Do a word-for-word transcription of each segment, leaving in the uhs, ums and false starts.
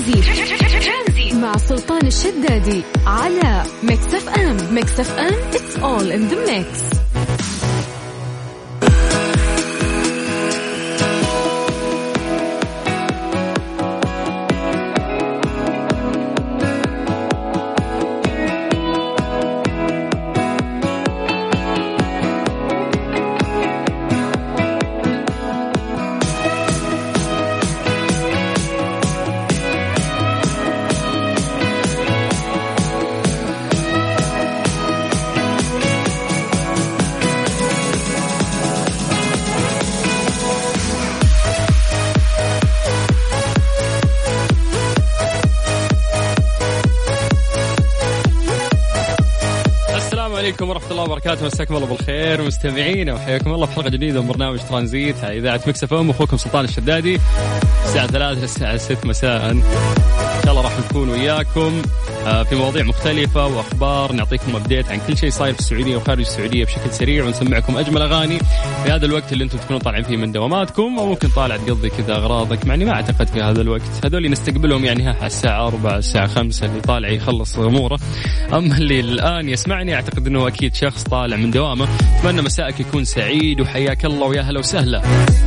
ترانزي مع سلطان الشدادي على ميكس اف ام. ميكس اف ام it's all in the mix. عليكم ورحمة الله وبركاته. مساكم الله بالخير مستمعين وحياكم الله في حلقة جديدة من برنامج ترانزيت على إذاعة ميكس اف ام. أخوكم سلطان الشدادي الساعة ثلاثة للساعة ستة مساء إن شاء الله راح نكون وياكم في مواضيع مختلفة وأخبار، نعطيكم أبديت عن كل شيء صاير في السعودية وخارج السعودية بشكل سريع، ونسمعكم أجمل أغاني في هذا الوقت اللي أنتم تكونوا طالعين فيه من دواماتكم، أو ممكن طالع تقضي كذا أغراضك. معني ما أعتقد في هذا الوقت هذول نستقبلهم يعني ها الساعة أربعة الساعة خمسة اللي طالع يخلص أموره، أما اللي الآن يسمعني أعتقد أنه أكيد شخص طالع من دوامه. أتمنى مساءك يكون سعيد وحياك الله ويا هلا وسهلا.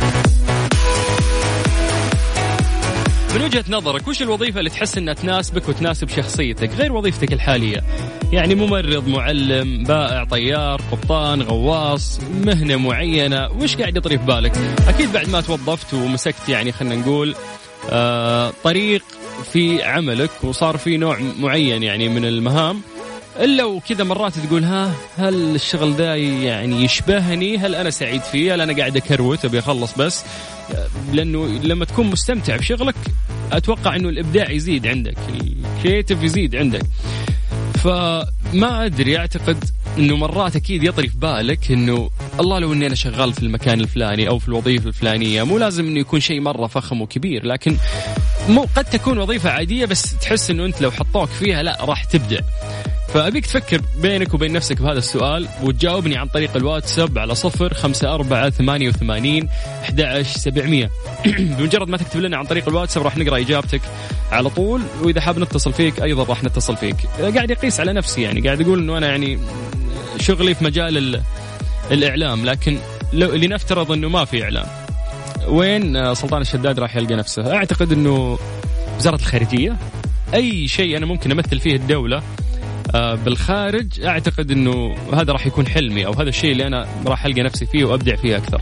من وجهة نظرك وش الوظيفة اللي تحس أنها تناسبك وتناسب شخصيتك غير وظيفتك الحالية؟ يعني ممرض، معلم، بائع، طيار، قبطان، غواص، مهنة معينة، وش قاعد يطري في بالك؟ أكيد بعد ما توظفت ومسكت يعني خلنا نقول آه طريق في عملك وصار في نوع معين يعني من المهام، إلا وكذا مرات تقول ها هل الشغل ذا يعني يشبهني؟ هل أنا سعيد فيه؟ هل أنا قاعد أكروت أبي أخلص بس؟ لأنه لما تكون مستمتع بشغلك أتوقع أنه الإبداع يزيد عندك، الكرياتيف يزيد عندك. فما أدري، أعتقد أنه مرات أكيد يطري في بالك أنه الله لو أني أنا شغال في المكان الفلاني أو في الوظيفة الفلانية، مو لازم أنه يكون شيء مرة فخم وكبير، لكن مو قد تكون وظيفة عادية بس تحس أنه أنت لو حطوك فيها لا راح تبدع. فأبيك تفكر بينك وبين نفسك بهذا السؤال وتجاوبني عن طريق الواتساب على صفر خمسة أربعة ثمانية وثمانين أحد عشر سبعمية. بمجرد ما تكتب لنا عن طريق الواتساب راح نقرأ إجابتك على طول، وإذا حاب نتصل فيك أيضا راح نتصل فيك. قاعد يقيس على نفسي، يعني قاعد أقول أنه أنا يعني شغلي في مجال الإعلام، لكن لو لنفترض أنه ما في إعلام، وين سلطان الشداد راح يلقى نفسه؟ أعتقد أنه وزارة الخارجية، أي شيء أنا ممكن أمثل فيه الدولة بالخارج، أعتقد أنه هذا راح يكون حلمي، أو هذا الشيء اللي أنا راح ألقى نفسي فيه وأبدع فيه أكثر.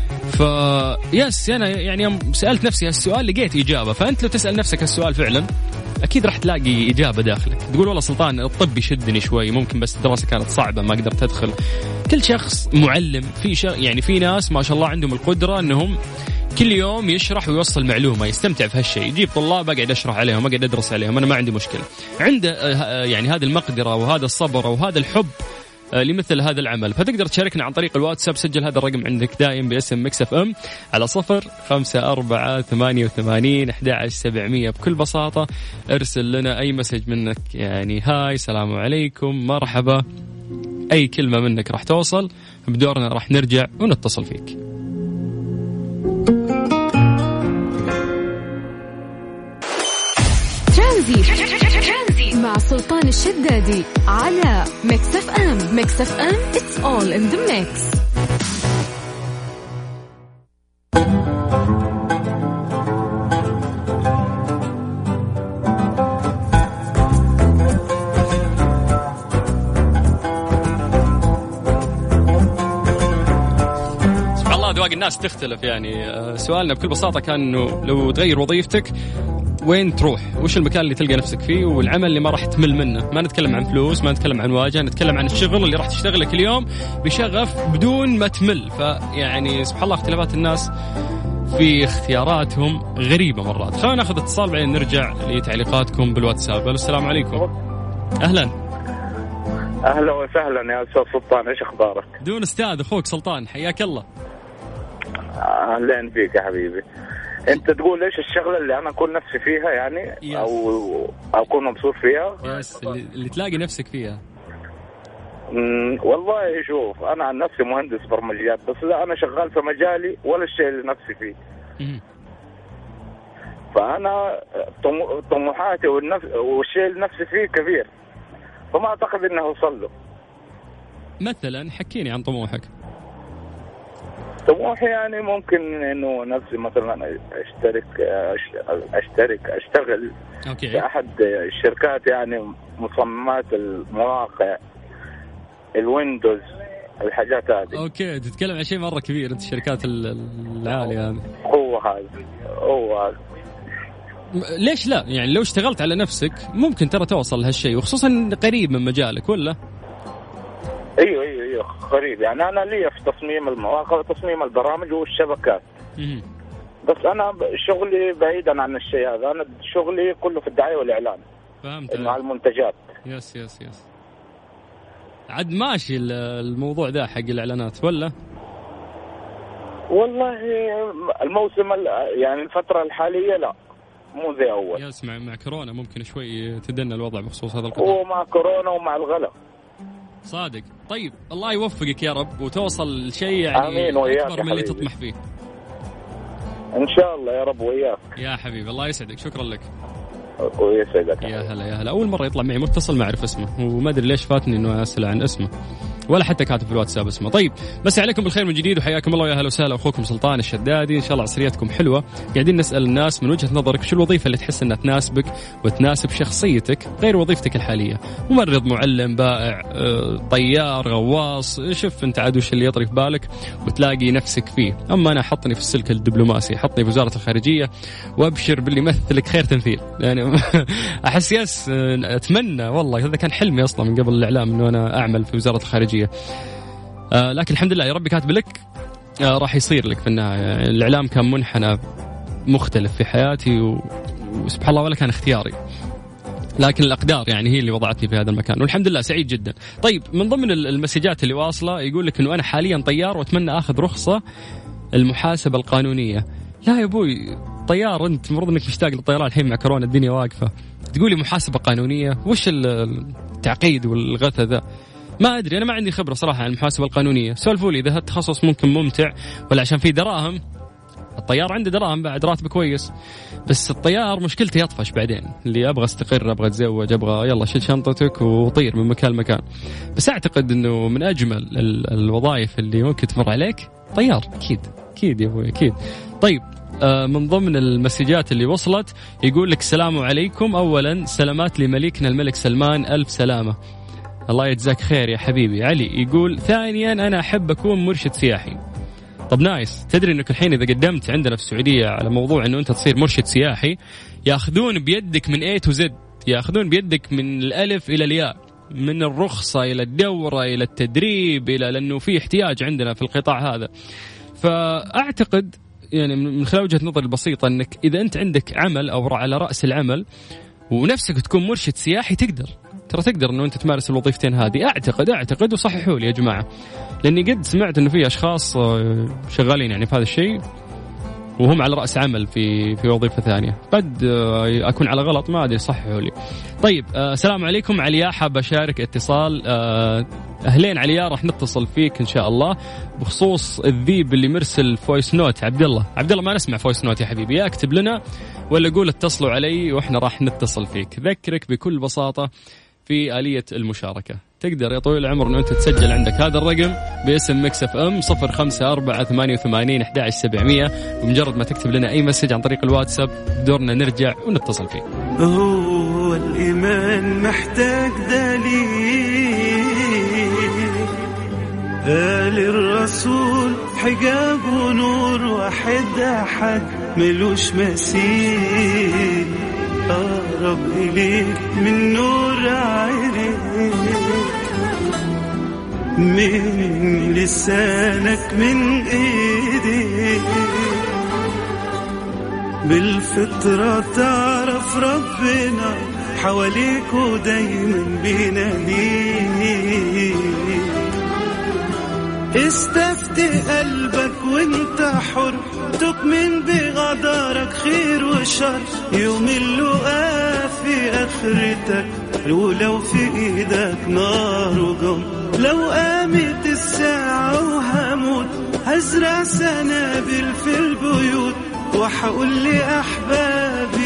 فيس أنا يعني يوم سألت نفسي هالسؤال لقيت إجابة، فأنت لو تسأل نفسك هالسؤال فعلا أكيد راح تلاقي إجابة داخلك. تقول والله سلطان الطب يشدني شوي، ممكن بس الدراسة كانت صعبة ما قدرت أدخل. كل شخص معلم في ش... يعني في ناس ما شاء الله عندهم القدرة أنهم كل يوم يشرح ويوصل معلومة، يستمتع في هالشيء، يجيب طلاب أقعد أشرح عليهم أقعد أدرس عليهم، أنا ما عندي مشكلة. عنده يعني هذه المقدرة وهذا الصبر وهذا الحب لمثل هذا العمل. فتقدر تشاركنا عن طريق الواتساب، سجل هذا الرقم عندك دائم باسم ميكس اف ام على صفر خمسة أربعة ثمانية وثمانين أحد عشر سبعمية. بكل بساطة ارسل لنا أي مسج منك، يعني هاي سلام عليكم مرحبا، أي كلمة منك راح توصل، بدورنا راح نرجع ونتصل فيك. ترانزي مع سلطان الشدادي على ميكس اف ام. ميكس اف ام it's all in the mix. سبحان الله أذواق الناس تختلف. يعني سؤالنا بكل بساطة كان إنه لو تغير وظيفتك وين تروح؟ وش المكان اللي تلقى نفسك فيه والعمل اللي ما راح تمل منه؟ ما نتكلم عن فلوس، ما نتكلم عن واجهة، نتكلم عن الشغل اللي راح تشتغله كل يوم بشغف بدون ما تمل. فيعني سبحان الله اختلافات الناس في اختياراتهم غريبة مرات. خلينا ناخذ اتصال بعدين نرجع لتعليقاتكم بالواتساب. السلام عليكم. أهلا أهلا وسهلا يا أستاذ سلطان، إيش أخبارك؟ دون أستاذ، أخوك سلطان، حياك الله. أهلا فيك يا حبيبي. انت تقول ايش الشغله اللي انا اكون نفسي فيها يعني يس. او اكون مبسوط فيها؟ يس اللي, اللي تلاقي نفسك فيها. امم والله شوف، انا عن نفسي مهندس برمجيات، بس لا انا شغال في مجالي ولا الشيء اللي نفسي فيه. امم فأنا طموحاتي والنفس والشيء اللي نفسي فيه كبير، فما أعتقد إنه أوصل له. مثلا حكيني عن طموحك. طموحي يعني ممكن إنه نفسي مثلا أشترك أشترك أشتغل أوكي. في أحد الشركات يعني مصممات المواقع الويندوز الحاجات هذه. أوكي تتكلم عن شيء مرة كبير أنت، الشركات العالية هذه. هو هذا هو هذا. ليش لا؟ يعني لو اشتغلت على نفسك ممكن ترى توصل لهالشيء، وخصوصا قريب من مجالك ولا؟ ايوه ايوه ايوه قريب. يعني انا لي في تصميم المواقع وتصميم البرامج والشبكات. مم. بس انا شغلي بعيدا عن الشيء هذا، انا شغلي كله في الدعايه والاعلان. فهمت. انه على المنتجات. يس يس يس. عاد ماشي الموضوع ذا حق الاعلانات ولا؟ والله الموسم يعني الفتره الحاليه لا مو زي اول. يسمع مع كورونا ممكن شوي تدنى الوضع بخصوص هذا القطاع. ومع كورونا ومع الغلاء. صادق. طيب الله يوفقك يا رب وتوصل لشيء يعني آمين وياك أكبر من اللي تطمح فيه. إن شاء الله يا رب وياك. يا حبيبي الله يسعدك، شكرا لك. ويسعدك. يا هلا يا هلا. أول مرة يطلع معي متصل ما أعرف اسمه، وما أدري ليش فاتني إنه أسأل عن اسمه ولا حتى كاتب في الواتساب اسمه. طيب بس عليكم بالخير من جديد وحياكم الله، يا هلا وسهلا. أخوكم سلطان الشدادي، إن شاء الله عصريتكم حلوة. قاعدين نسأل الناس من وجهة نظرك شو الوظيفة اللي تحس أنها تناسبك وتناسب شخصيتك غير وظيفتك الحالية؟ ممرض، معلم، بائع، طيار، غواص، شوف أنت عاد وش اللي يطري في بالك وتلاقي نفسك فيه. أما أنا حطني في السلك الدبلوماسي، حطني في وزارة الخارجية وأبشر باللي يمثلك خير تمثيل. يعني أحس يس أتمنى والله، هذا كان حلمي أصلا من قبل الإعلام إنه أنا أعمل في وزارة الخارجية. آه لكن الحمد لله يا ربي كاتب لك آه راح يصير لك في النهاية. الإعلام كان منحنى مختلف في حياتي و... وسبحان الله ولا كان اختياري، لكن الأقدار يعني هي اللي وضعتني في هذا المكان والحمد لله سعيد جدا. طيب من ضمن المسجات اللي واصلة يقول لك إنه أنا حاليا طيار وأتمنى أخذ رخصة المحاسبة القانونية. لا يا أبوي طيار أنت، مرض إنك مشتاق للطيران الحين مع كورونا الدنيا واقفة، تقولي محاسبة قانونية؟ وش التعقيد والغثى ذا؟ ما أدري، أنا ما عندي خبرة صراحة عن المحاسبة القانونية. سولفوا لي إذا هالتخصص ممكن ممتع ولا عشان فيه دراهم. الطيار عنده دراهم بعد، راتب كويس، بس الطيار مشكلته يطفش بعدين. اللي أبغى استقر، أبغى أتزوج، أبغى يلا شيل شنطتك وطير من مكان لمكان. بس أعتقد أنه من أجمل الوظائف اللي ممكن تمر عليك طيار. أكيد أكيد يا أبوي أكيد. طيب آه من ضمن المسجات اللي وصلت يقول لك السلام عليكم، أولا سلامات لملكنا الملك سلمان، ألف سلامة. الله يجزاك خير يا حبيبي. علي يقول ثانيا أنا أحب أكون مرشد سياحي. طب نايس. تدري أنك الحين إذا قدمت عندنا في السعودية على موضوع أنه أنت تصير مرشد سياحي يأخذون بيدك من A to Z، يأخذون بيدك من الألف إلى الياء، من الرخصة إلى الدورة إلى التدريب إلى لأنه في احتياج عندنا في القطاع هذا. فأعتقد يعني من خلال وجهة نظر البسيطة أنك إذا أنت عندك عمل أو على رأس العمل ونفسك تكون مرشد سياحي تقدر، ترى تقدر أنه أنت تمارس الوظيفتين هذه. أعتقد أعتقد وصححوا لي يا جماعة، لأني قد سمعت أنه في أشخاص شغالين يعني في هذا الشيء وهم على رأس عمل في في وظيفة ثانية. قد أكون على غلط، ما أدري، صححوا لي. طيب آه السلام عليكم. عليا حاب أشارك اتصال. آه أهلين عليا، راح نتصل فيك إن شاء الله بخصوص الذيب اللي مرسل فويس نوت. عبد الله عبد الله ما نسمع فويس نوت يا حبيبي، يا اكتب لنا ولا قول اتصلوا علي وإحنا راح نتصل فيك. ذكرك بكل بساطة في آلية المشاركة، تقدر يا طويل العمر أنه أنت تسجل عندك هذا الرقم باسم ميكس اف ام صفر خمسة أربعة ثمانية وثمانين أحد عشر سبعمية، ومجرد ما تكتب لنا أي مسج عن طريق الواتساب دورنا نرجع ونتصل فيه. هو الإيمان محتاج دليل، قال الرسول حجاب ونور واحد أحد ملوش مثيل، أقرب إليك من نور عينيك، من لسانك من إيديك، بالفطرة تعرف ربنا حواليك ودايما بيناديك. استفتي قلبك وانت حر، تؤمن بقدرك خير وشر، يوم اللقاء في اخرتك، ولو في ايدك نار وجم، لو قامت الساعة وهموت هزرع سنابل في البيوت، وحقول لأحبابي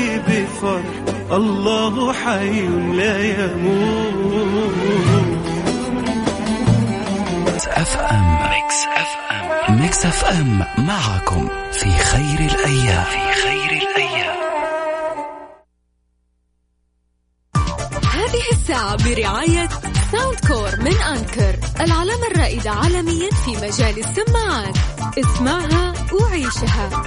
الفرح الله حي لا يموت. اف ام ميكس اف ام ميكس اف ام معكم في خير الايام في خير الايام. هذه الساعة برعاية ساوند كور من أنكر، العلامة الرائدة عالميا في مجال السماعات. اسمعها وعيشها.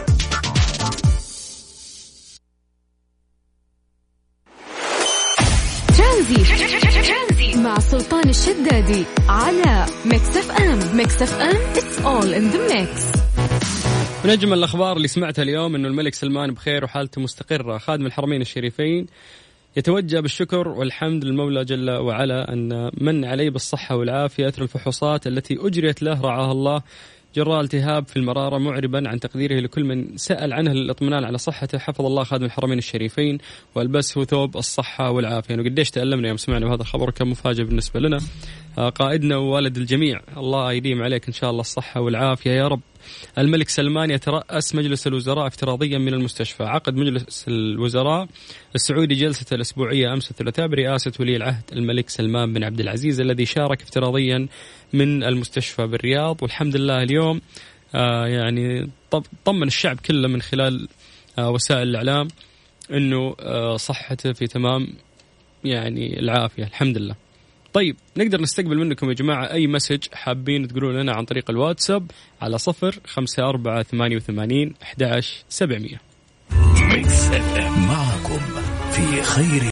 ترانزي مع سلطان الشدادي على ميكس اف ام. ميكس اف ام it's all in the mix. من أجمل الأخبار اللي سمعتها اليوم إنه الملك سلمان بخير وحالته مستقرة. خادم الحرمين الشريفين يتوجه بالشكر والحمد للمولى جل وعلا أن من عليه بالصحة والعافية أثر الفحوصات التي أجريت له رعاه الله جراء التهاب في المرارة، معربا عن تقديره لكل من سأل عنه للإطمئنان على صحته. حفظ الله خادم الحرمين الشريفين والبسه ثوب الصحة والعافية. يعني قديش تألمنا يوم سمعنا بهذا الخبر، كان مفاجئ بالنسبة لنا. قائدنا ووالد الجميع، الله يديم عليك إن شاء الله الصحة والعافية يا رب. الملك سلمان يترأس مجلس الوزراء افتراضيا من المستشفى. عقد مجلس الوزراء السعودي جلسة الأسبوعية أمس الثلاثاء برئاسة ولي العهد الملك سلمان بن عبد العزيز الذي شارك افتراضيا من المستشفى بالرياض. والحمد لله اليوم آه يعني طمن الشعب كله من خلال آه وسائل الإعلام أنه آه صحته في تمام يعني العافية الحمد لله. طيب نقدر نستقبل منكم يا جماعة أي مسج حابين تقولوا لنا عن طريق الواتساب على صفر خمسة أربعة ثمانية وثمانين أحد عشر سبعمية. معكم في خير